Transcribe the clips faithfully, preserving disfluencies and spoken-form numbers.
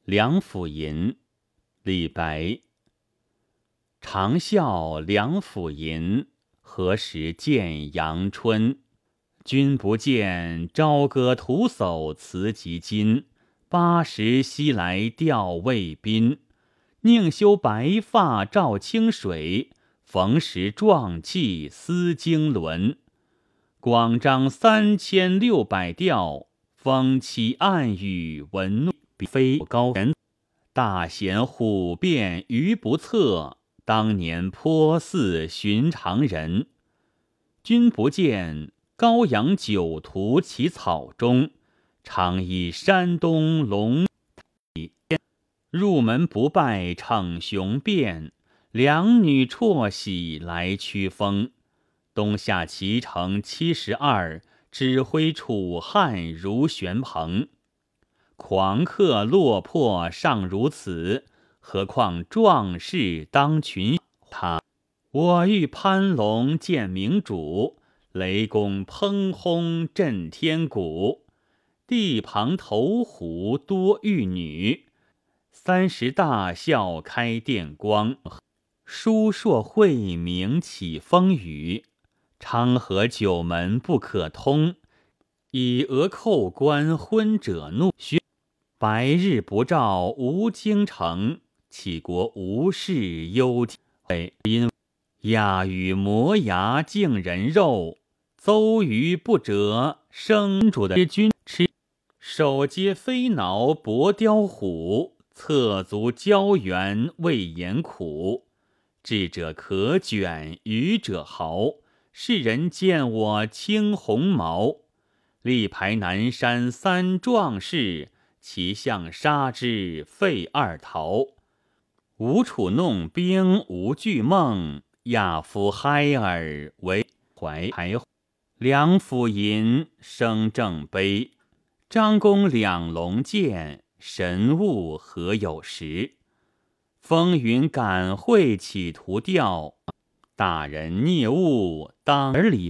梁甫吟，李白。长啸梁甫吟，何时见阳春？君不见，朝歌徒叟辞及今。八十西来吊渭滨，宁修白发照清水，逢时壮气思经纶。广张三千六百调，风起暗语闻飞高人。大贤虎变愚不测，当年颇似寻常人。君不见，高阳酒徒其草中，常依山东龙入门不拜逞雄辩，两女辍喜来驱风。东下齐城七十二，指挥楚汉如旋蓬。狂客落魄尚如此，何况壮士当群他。我欲攀龙见明主，雷公砰轰震天鼓。地旁投壶多玉女，三十大笑开电光。书硕晦明起风雨，昌河九门不可通。以讹寇官昏者怒，白日不照无京城，杞国无事忧因。亚与磨牙敬人肉，邹鱼不折生主的君吃。手接飞挠搏雕虎，侧足胶原未言苦。智者可卷，愚者豪。世人见我青鸿毛。力排南山三壮士，其相杀之废二逃。吴楚弄兵无惧梦，亚夫嗨尔为怀怀。梁甫吟声正悲，张公两龙剑，神物何有时？风云感会企图调，大人孽物当耳里。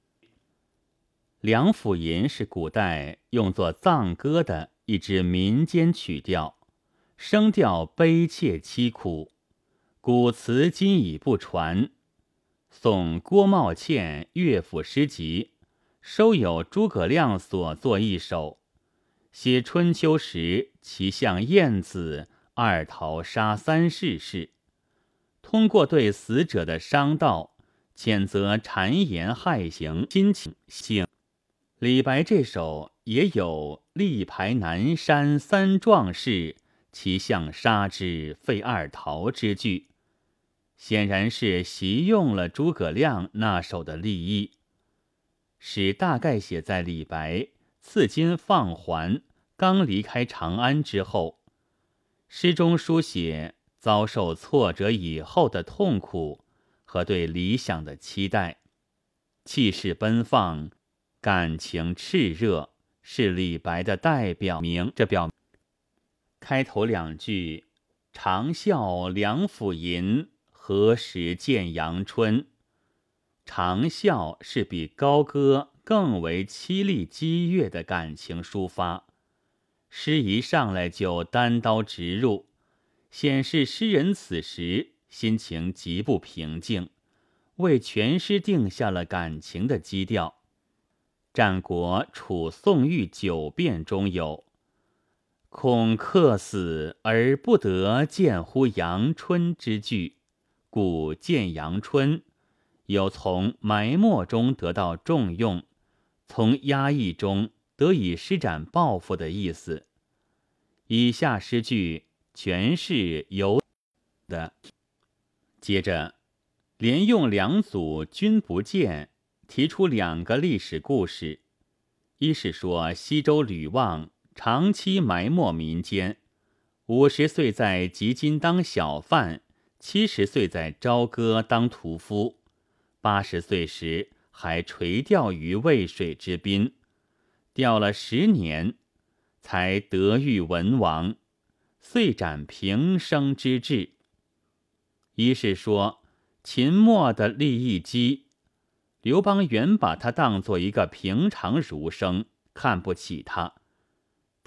梁甫吟是古代用作藏歌的一支民间曲调，声调悲切凄苦，古词今已不传。宋郭茂倩乐府诗集收有诸葛亮所作一首，写春秋时其相晏子二逃杀三世事，通过对死者的伤悼，谴责谗言害行心情性。李白这首也有力排南山三壮士，其相杀之废二逃之句，显然是习用了诸葛亮那首的立意。诗大概写在李白赐金放还，刚离开长安之后。诗中书写遭受挫折以后的痛苦和对理想的期待，气势奔放，感情炽热，是李白的代表名。这表开头两句长啸梁甫吟，何时见阳春？长啸是比高歌更为凄厉激越的感情抒发，诗一上来就单刀直入，显示诗人此时心情极不平静，为全诗定下了感情的基调。战国楚宋玉九变中有恐客死而不得见乎阳春之句，故见阳春有从埋没中得到重用，从压抑中得以施展抱负的意思。以下诗句全是由的。接着连用两组君不见，提出两个历史故事。一是说西周吕望长期埋没民间，五十岁在吉金当小贩，七十岁在朝歌当屠夫，八十岁时还垂钓于渭水之滨，钓了十年，才得遇文王，遂展平生之志。一是说秦末的利益姬，刘邦原把他当作一个平常儒生，看不起他，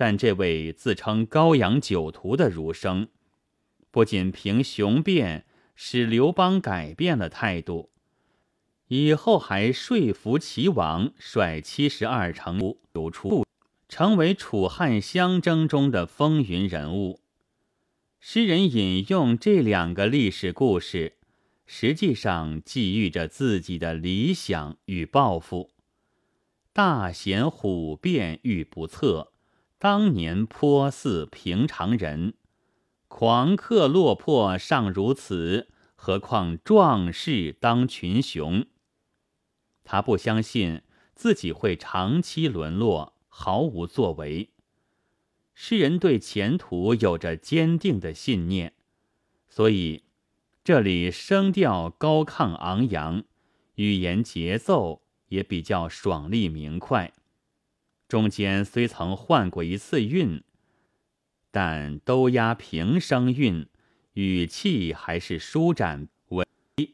但这位自称高阳酒徒的儒生，不仅凭雄辩使刘邦改变了态度，以后还说服齐王率七十二城流出，成为楚汉相争中的风云人物。诗人引用这两个历史故事，实际上寄寓着自己的理想与抱负。大贤虎变欲不测，当年颇似平常人。狂客落魄尚如此，何况壮士当群雄？他不相信自己会长期沦落，毫无作为。诗人对前途有着坚定的信念，所以这里声调高亢昂扬，语言节奏也比较爽利明快。中间虽曾换过一次韵，但都押平声韵，语气还是舒展稳。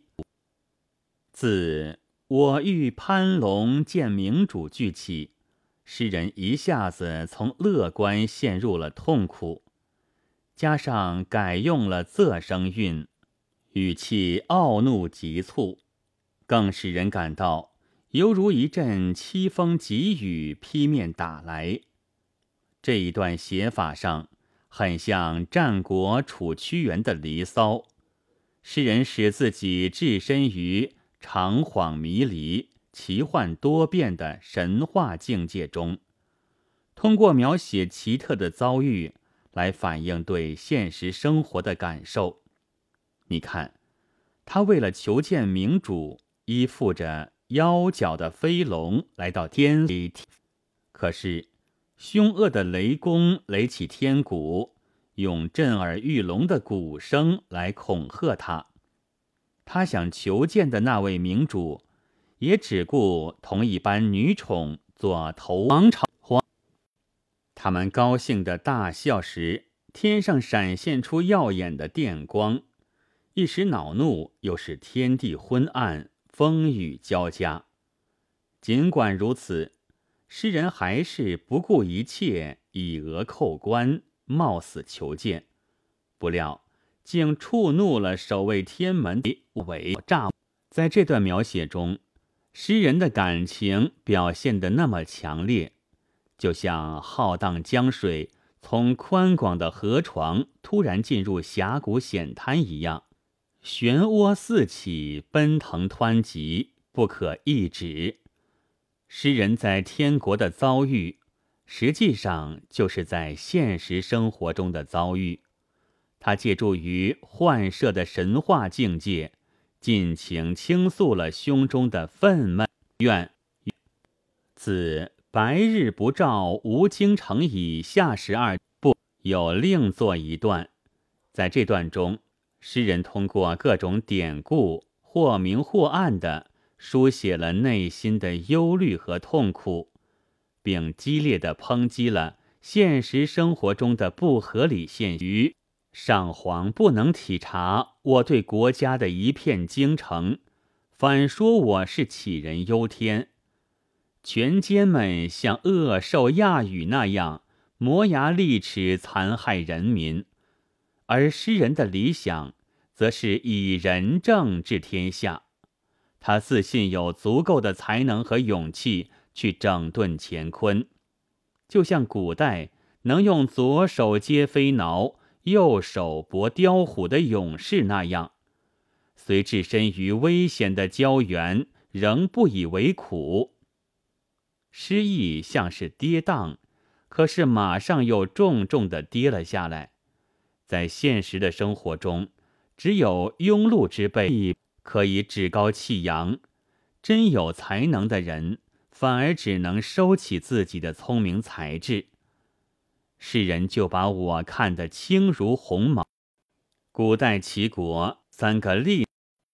自我欲攀龙见明主句起，诗人一下子从乐观陷入了痛苦，加上改用了仄声韵，语气傲怒急促，更使人感到犹如一阵凄风急雨劈面打来。这一段写法上很像战国楚屈原的《离骚》，诗人使自己置身于长恍迷离、奇幻多变的神话境界中，通过描写奇特的遭遇来反映对现实生活的感受。你看，他为了求见明主，依附着妖角的飞龙来到天里，可是凶恶的雷公雷起天鼓，用震耳欲聋的鼓声来恐吓他。他想求见的那位明主，也只顾同一班女宠做头王朝。他们高兴的大笑时，天上闪现出耀眼的电光，一时恼怒，又是天地昏暗，风雨交加。尽管如此，诗人还是不顾一切，以讹扣关，冒死求见。不料竟触怒了守卫天门的伪诈。在这段描写中，诗人的感情表现得那么强烈，就像浩荡江水从宽广的河床突然进入峡谷险滩一样，漩涡四起，奔腾湍急，不可抑止。诗人在天国的遭遇，实际上就是在现实生活中的遭遇。他借助于幻设的神话境界，尽情倾诉了胸中的愤懑怨。自白日不照无京城以下十二部，有另作一段。在这段中，诗人通过各种典故，或明或暗的书写了内心的忧虑和痛苦，并激烈地抨击了现实生活中的不合理现象。上皇不能体察我对国家的一片精诚，反说我是杞人忧天。权奸们像恶兽亚语那样磨牙利齿，残害人民，而诗人的理想则是以仁政治天下。他自信有足够的才能和勇气去整顿乾坤，就像古代能用左手接飞挠，右手搏雕虎的勇士那样，虽置身于危险的郊原，仍不以为苦。诗意像是跌宕，可是马上又重重地跌了下来。在现实的生活中，只有庸碌之辈可以趾高气扬，真有才能的人反而只能收起自己的聪明才智。世人就把我看得轻如鸿毛。古代齐国三个例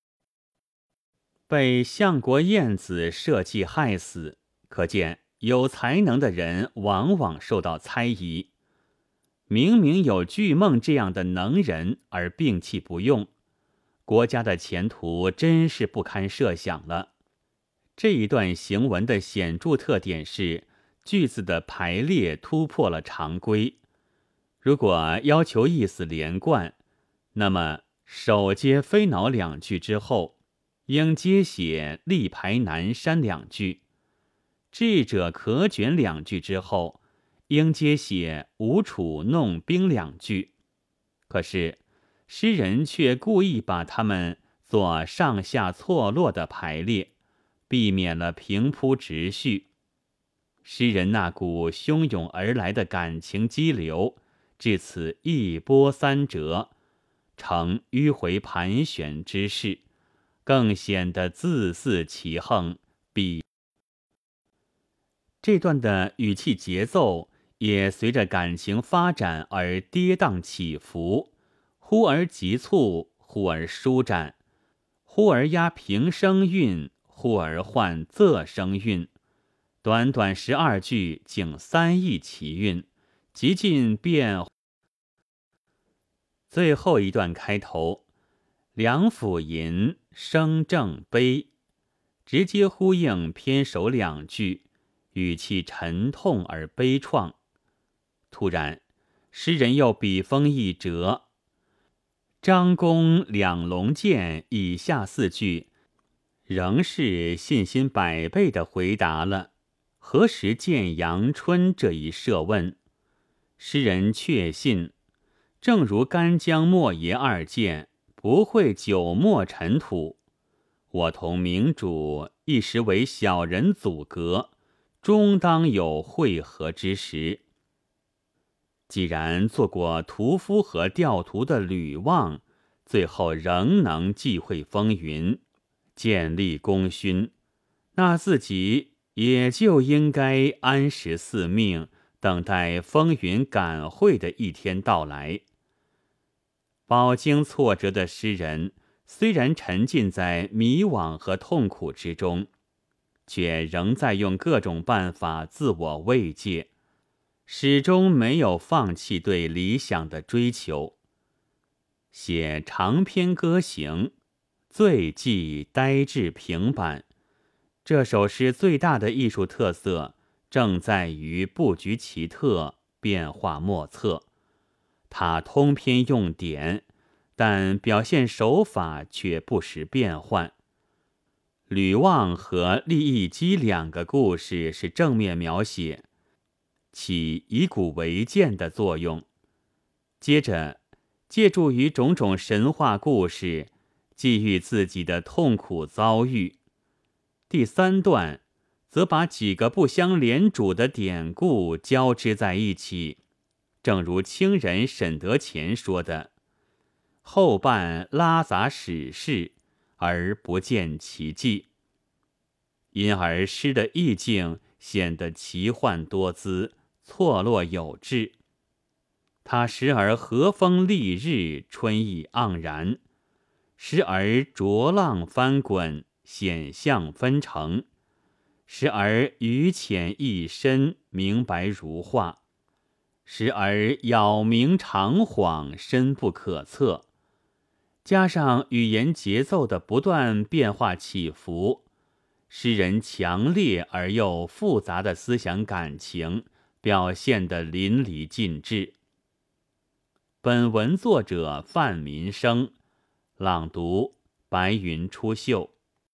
被相国晏子设计害死，可见有才能的人往往受到猜疑。明明有巨梦这样的能人而摒弃不用，国家的前途真是不堪设想了。这一段行文的显著特点是句子的排列突破了常规。如果要求意思连贯，那么首接飞脑两句之后，应接写力排南山两句；智者可卷两句之后，应接写吴楚弄兵两句。可是诗人却故意把它们做上下错落的排列，避免了平铺直叙。诗人那股汹涌而来的感情激流，至此一波三折，成迂回盘旋之势，更显得自肆其横。比这段的语气节奏也随着感情发展而跌宕起伏，忽而急促，忽而舒展，忽而压平声韵，忽而换仄声韵。短短十二句，竟三易其韵，极尽变。最后一段开头，梁甫吟声正悲，直接呼应篇首两句，语气沉痛而悲怆。突然，诗人又笔锋一折，张公两龙剑以下四句，仍是信心百倍地回答了何时见阳春这一设问。诗人确信，正如干将莫邪二剑不会久没尘土，我同明主一时为小人阻隔，终当有会合之时。既然做过屠夫和调徒的吕望，最后仍能际会风云，建立功勋，那自己也就应该安时嗣命，等待风云感会的一天到来。饱经挫折的诗人，虽然沉浸在迷惘和痛苦之中，却仍在用各种办法自我慰藉，始终没有放弃对理想的追求。写长篇歌行，最忌呆滞平板。这首诗最大的艺术特色，正在于布局奇特，变化莫测。它通篇用典，但表现手法却不时变换。吕望和利益基两个故事是正面描写，起以古为鉴的作用。接着借助于种种神话故事，寄予自己的痛苦遭遇。第三段则把几个不相连主的典故交织在一起，正如清人沈德潜说的，后半拉杂史事，而不见其迹。因而诗的意境显得奇幻多姿，错落有致。它时而和风丽日，春意盎然；时而浊浪翻滚，险象纷呈；时而语浅意深，明白如画；时而杳冥长恍，深不可测。加上语言节奏的不断变化起伏，诗人强烈而又复杂的思想感情表现得淋漓尽致。本文作者范民生，朗读白云出岫。